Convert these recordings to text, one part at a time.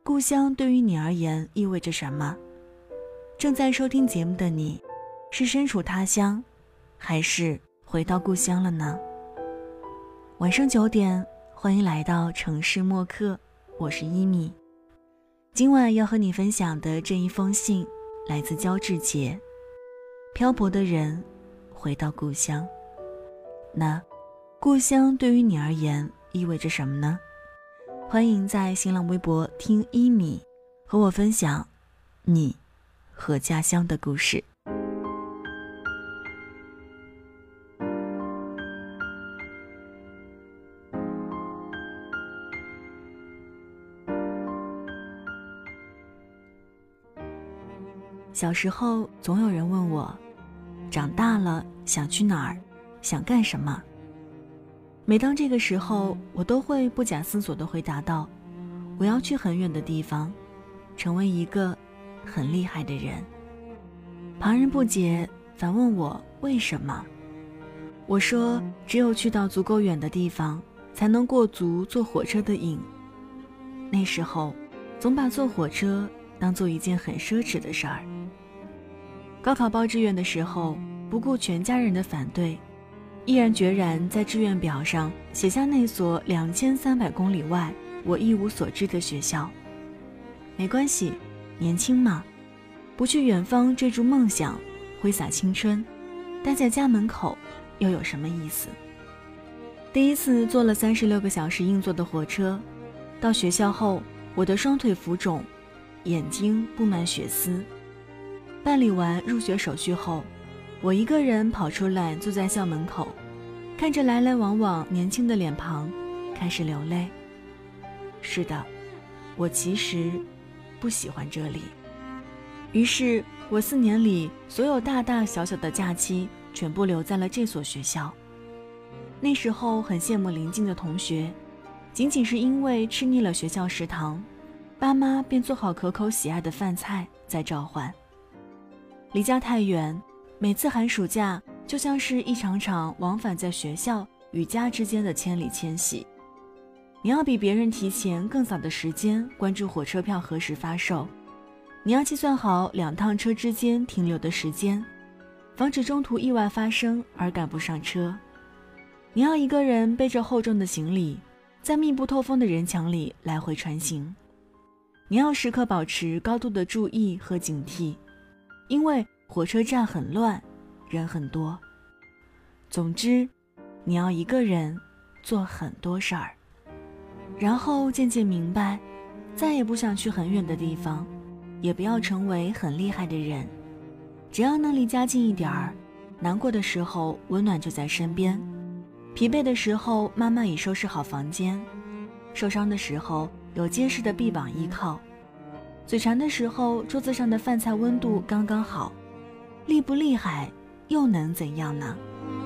故乡对于你而言意味着什么？正在收听节目的你，是身处他乡，还是回到故乡了呢？晚上9点，欢迎来到城市默客，我是一米。今晚要和你分享的这一封信，来自焦志杰。漂泊的人回到故乡，那故乡对于你而言意味着什么呢？欢迎在新浪微博听一米和我分享你和家乡的故事。小时候总有人问我，长大了想去哪儿，想干什么？每当这个时候，我都会不假思索地回答道，我要去很远的地方，成为一个很厉害的人。旁人不解，反问我为什么？我说，只有去到足够远的地方，才能过足坐火车的瘾。那时候，总把坐火车当做一件很奢侈的事儿。高考报志愿的时候，不顾全家人的反对，毅然决然在志愿表上写下那所2300公里外我一无所知的学校。没关系，年轻嘛，不去远方追逐梦想，挥洒青春，待在家门口又有什么意思？第一次坐了36个小时硬座的火车，到学校后，我的双腿浮肿，眼睛布满血丝。办理完入学手续后，我一个人跑出来，坐在校门口，看着来来往往年轻的脸庞，开始流泪。是的，我其实不喜欢这里。于是我4年里所有大大小小的假期全部留在了这所学校。那时候很羡慕邻近的同学，仅仅是因为吃腻了学校食堂，爸妈便做好可口喜爱的饭菜在召唤。离家太远，每次寒暑假就像是一场场往返在学校与家之间的千里迁徙。你要比别人提前更早的时间关注火车票何时发售，你要计算好2趟车之间停留的时间，防止中途意外发生而赶不上车。你要一个人背着厚重的行李，在密不透风的人墙里来回穿行。你要时刻保持高度的注意和警惕，因为火车站很乱，人很多。总之，你要一个人做很多事儿。然后渐渐明白，再也不想去很远的地方，也不要成为很厉害的人。只要能离家近一点儿，难过的时候温暖就在身边，疲惫的时候妈妈已收拾好房间，受伤的时候有结实的臂膀依靠，嘴馋的时候桌子上的饭菜温度刚刚好。厉不厉害又能怎样呢？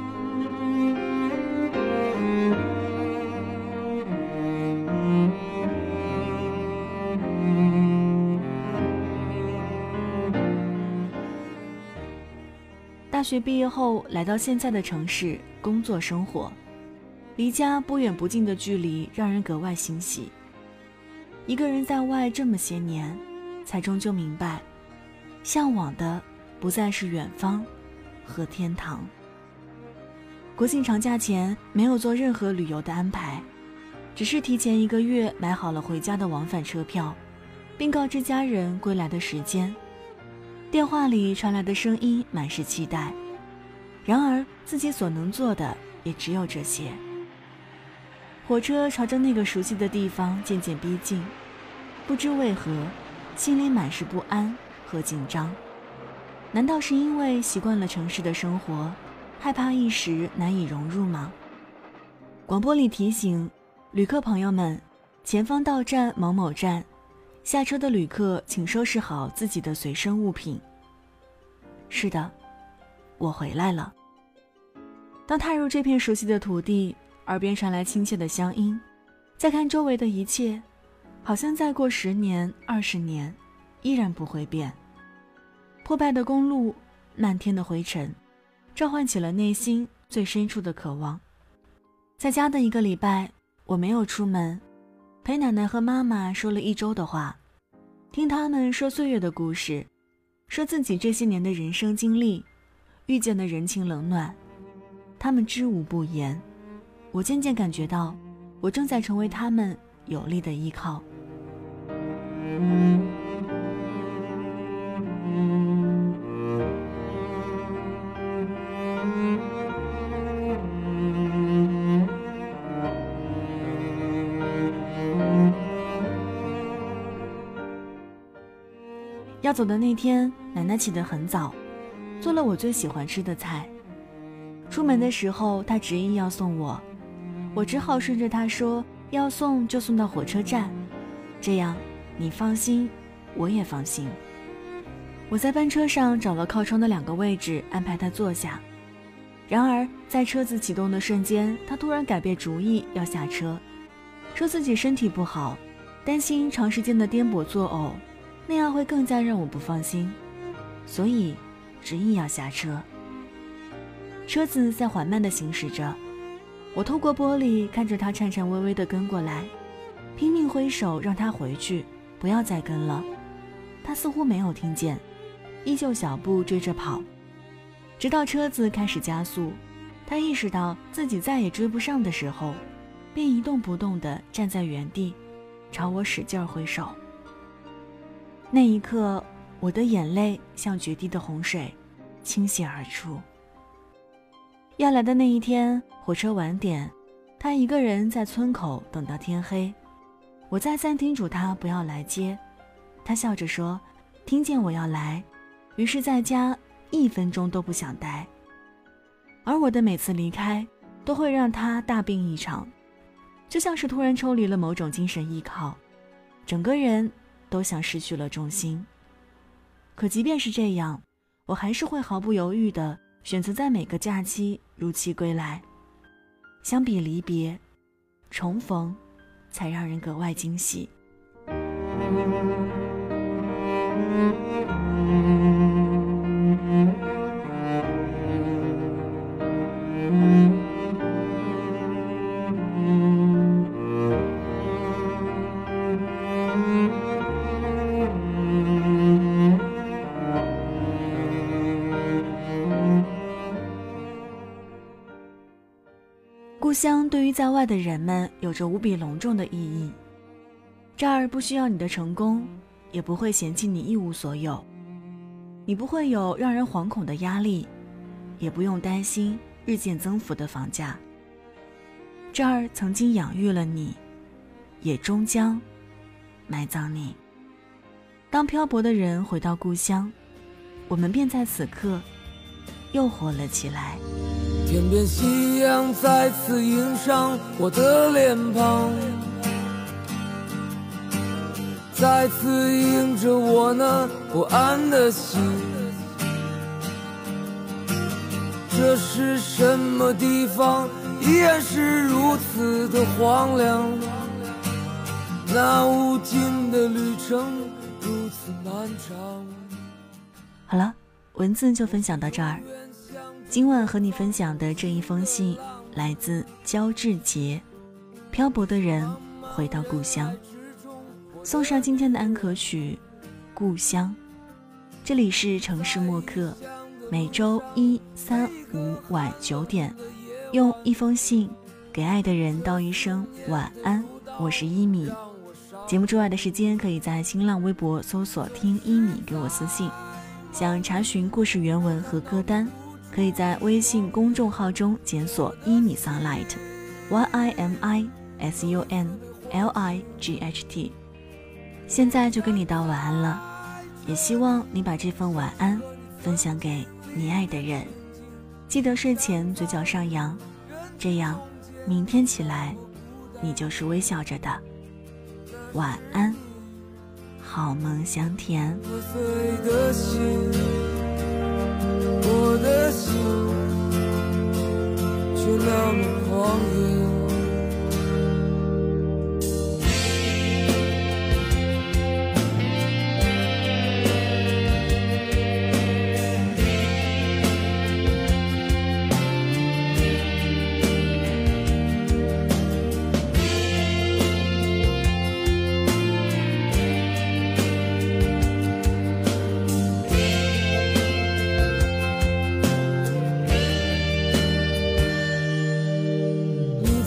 大学毕业后来到现在的城市工作生活，离家不远不近的距离让人格外欣喜。一个人在外这么些年，才终究明白，向往的不再是远方和天堂。国庆长假前没有做任何旅游的安排，只是提前1个月买好了回家的往返车票，并告知家人归来的时间。电话里传来的声音满是期待，然而自己所能做的也只有这些。火车朝着那个熟悉的地方渐渐逼近，不知为何，心里满是不安和紧张。难道是因为习惯了城市的生活，害怕一时难以融入吗？广播里提醒旅客朋友们，前方到站某某站，下车的旅客请收拾好自己的随身物品。是的，我回来了。当踏入这片熟悉的土地，耳边传来亲切的乡音，再看周围的一切，好像再过10年、20年，依然不会变。破败的公路，漫天的灰尘，召唤起了内心最深处的渴望。在家的1个礼拜，我没有出门，陪奶奶和妈妈说了1周的话， 听他们说岁月的故事，说自己这些年的人生经历，遇见的人情冷暖，他们知无不言。我渐渐感觉到，我正在成为他们有力的依靠。要走的那天，奶奶起得很早，做了我最喜欢吃的菜。出门的时候，她执意要送我，我只好顺着她说，要送就送到火车站，这样你放心，我也放心。我在班车上找了靠窗的2个位置，安排她坐下。然而在车子启动的瞬间，她突然改变主意要下车，说自己身体不好，担心长时间的颠簸作呕，那样会更加让我不放心，所以执意要下车。车子在缓慢地行驶着，我透过玻璃看着他颤颤巍巍地跟过来，拼命挥手让他回去，不要再跟了。他似乎没有听见，依旧小步追着跑，直到车子开始加速，他意识到自己再也追不上的时候，便一动不动地站在原地，朝我使劲挥手。那一刻，我的眼泪像决堤的洪水倾泻而出。要来的那一天，火车晚点，他一个人在村口等到天黑。我再三叮嘱他不要来接，他笑着说听见我要来，于是在家1分钟都不想待。而我的每次离开都会让他大病一场，就像是突然抽离了某种精神依靠，整个人都像失去了重心。可即便是这样，我还是会毫不犹豫地选择在每个假期如期归来。相比离别，重逢才让人格外惊喜。故乡对于在外的人们有着无比隆重的意义，这儿不需要你的成功，也不会嫌弃你一无所有，你不会有让人惶恐的压力，也不用担心日渐增幅的房价。这儿曾经养育了你，也终将埋葬你。当漂泊的人回到故乡，我们便在此刻又活了起来。 天边夕阳再次映上我的脸庞，再次映着我那不安的心。这是什么地方，依然是如此的荒凉，那无尽的旅程如此漫长。 好了，文字就分享到这儿。今晚和你分享的这一封信来自焦志杰，漂泊的人回到故乡，送上今天的安可曲故乡。这里是城市默客，每周1、3、5晚9点，用一封信给爱的人道一声晚安。我是一米。节目之外的时间，可以在新浪微博搜索听一米给我私信。想查询故事原文和歌单，可以在微信公众号中检索一米 Sunlight YIMISUNLIGHT。 现在就跟你道晚安了，也希望你把这份晚安分享给你爱的人。记得睡前嘴角上扬，这样明天起来你就是微笑着的。晚安，好梦香甜。 我的心却那么狂野。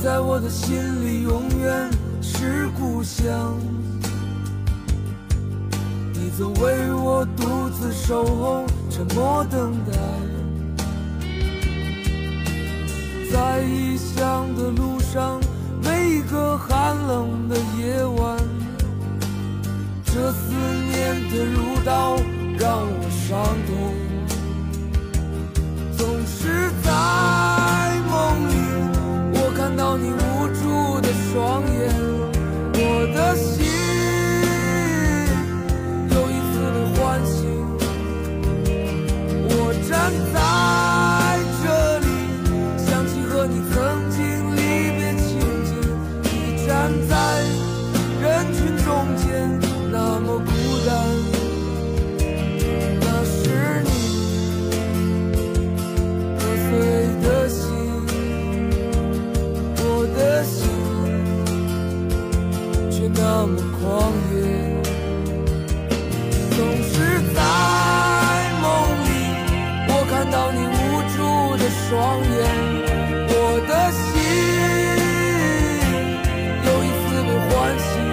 在我的心里永远是故乡。你总为我独自守候，沉默等待。在异乡的路上，每一个寒冷的夜晚，这思念的如刀让我伤痛。总是在梦里，我看到你无助的双眼，我的心又一次被唤醒。我站在这里，想起和你曾经离别情景。你站在人群中间，那么孤单。那是你破碎的心，我的心却那么狂野。总是在梦里，我看到你无助的双眼，我的心又一次被唤醒。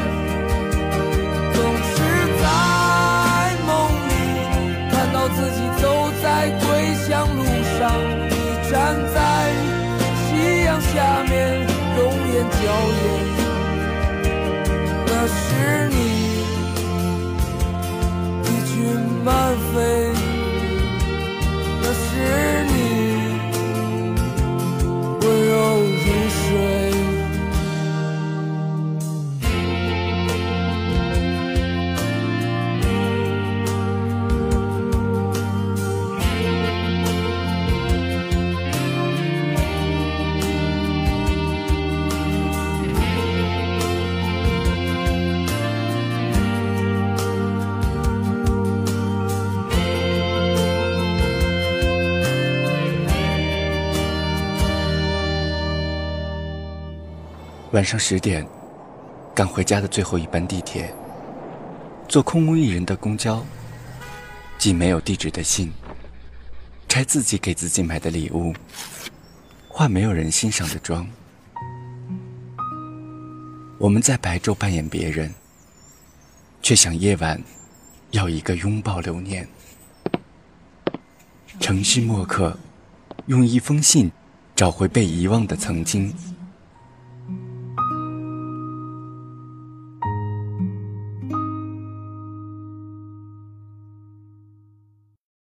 总是在梦里，看到自己走在归乡路上，你站在夕阳下面，容颜娇艳。那是你一群慢飞，那是你温柔如水。 晚上10点，赶回家的最后一班地铁，坐空无一人的公交，寄没有地址的信，拆自己给自己买的礼物，化没有人欣赏的妆。我们在白昼扮演别人，却想夜晚要一个拥抱留念。程序墨客用一封信找回被遗忘的曾经。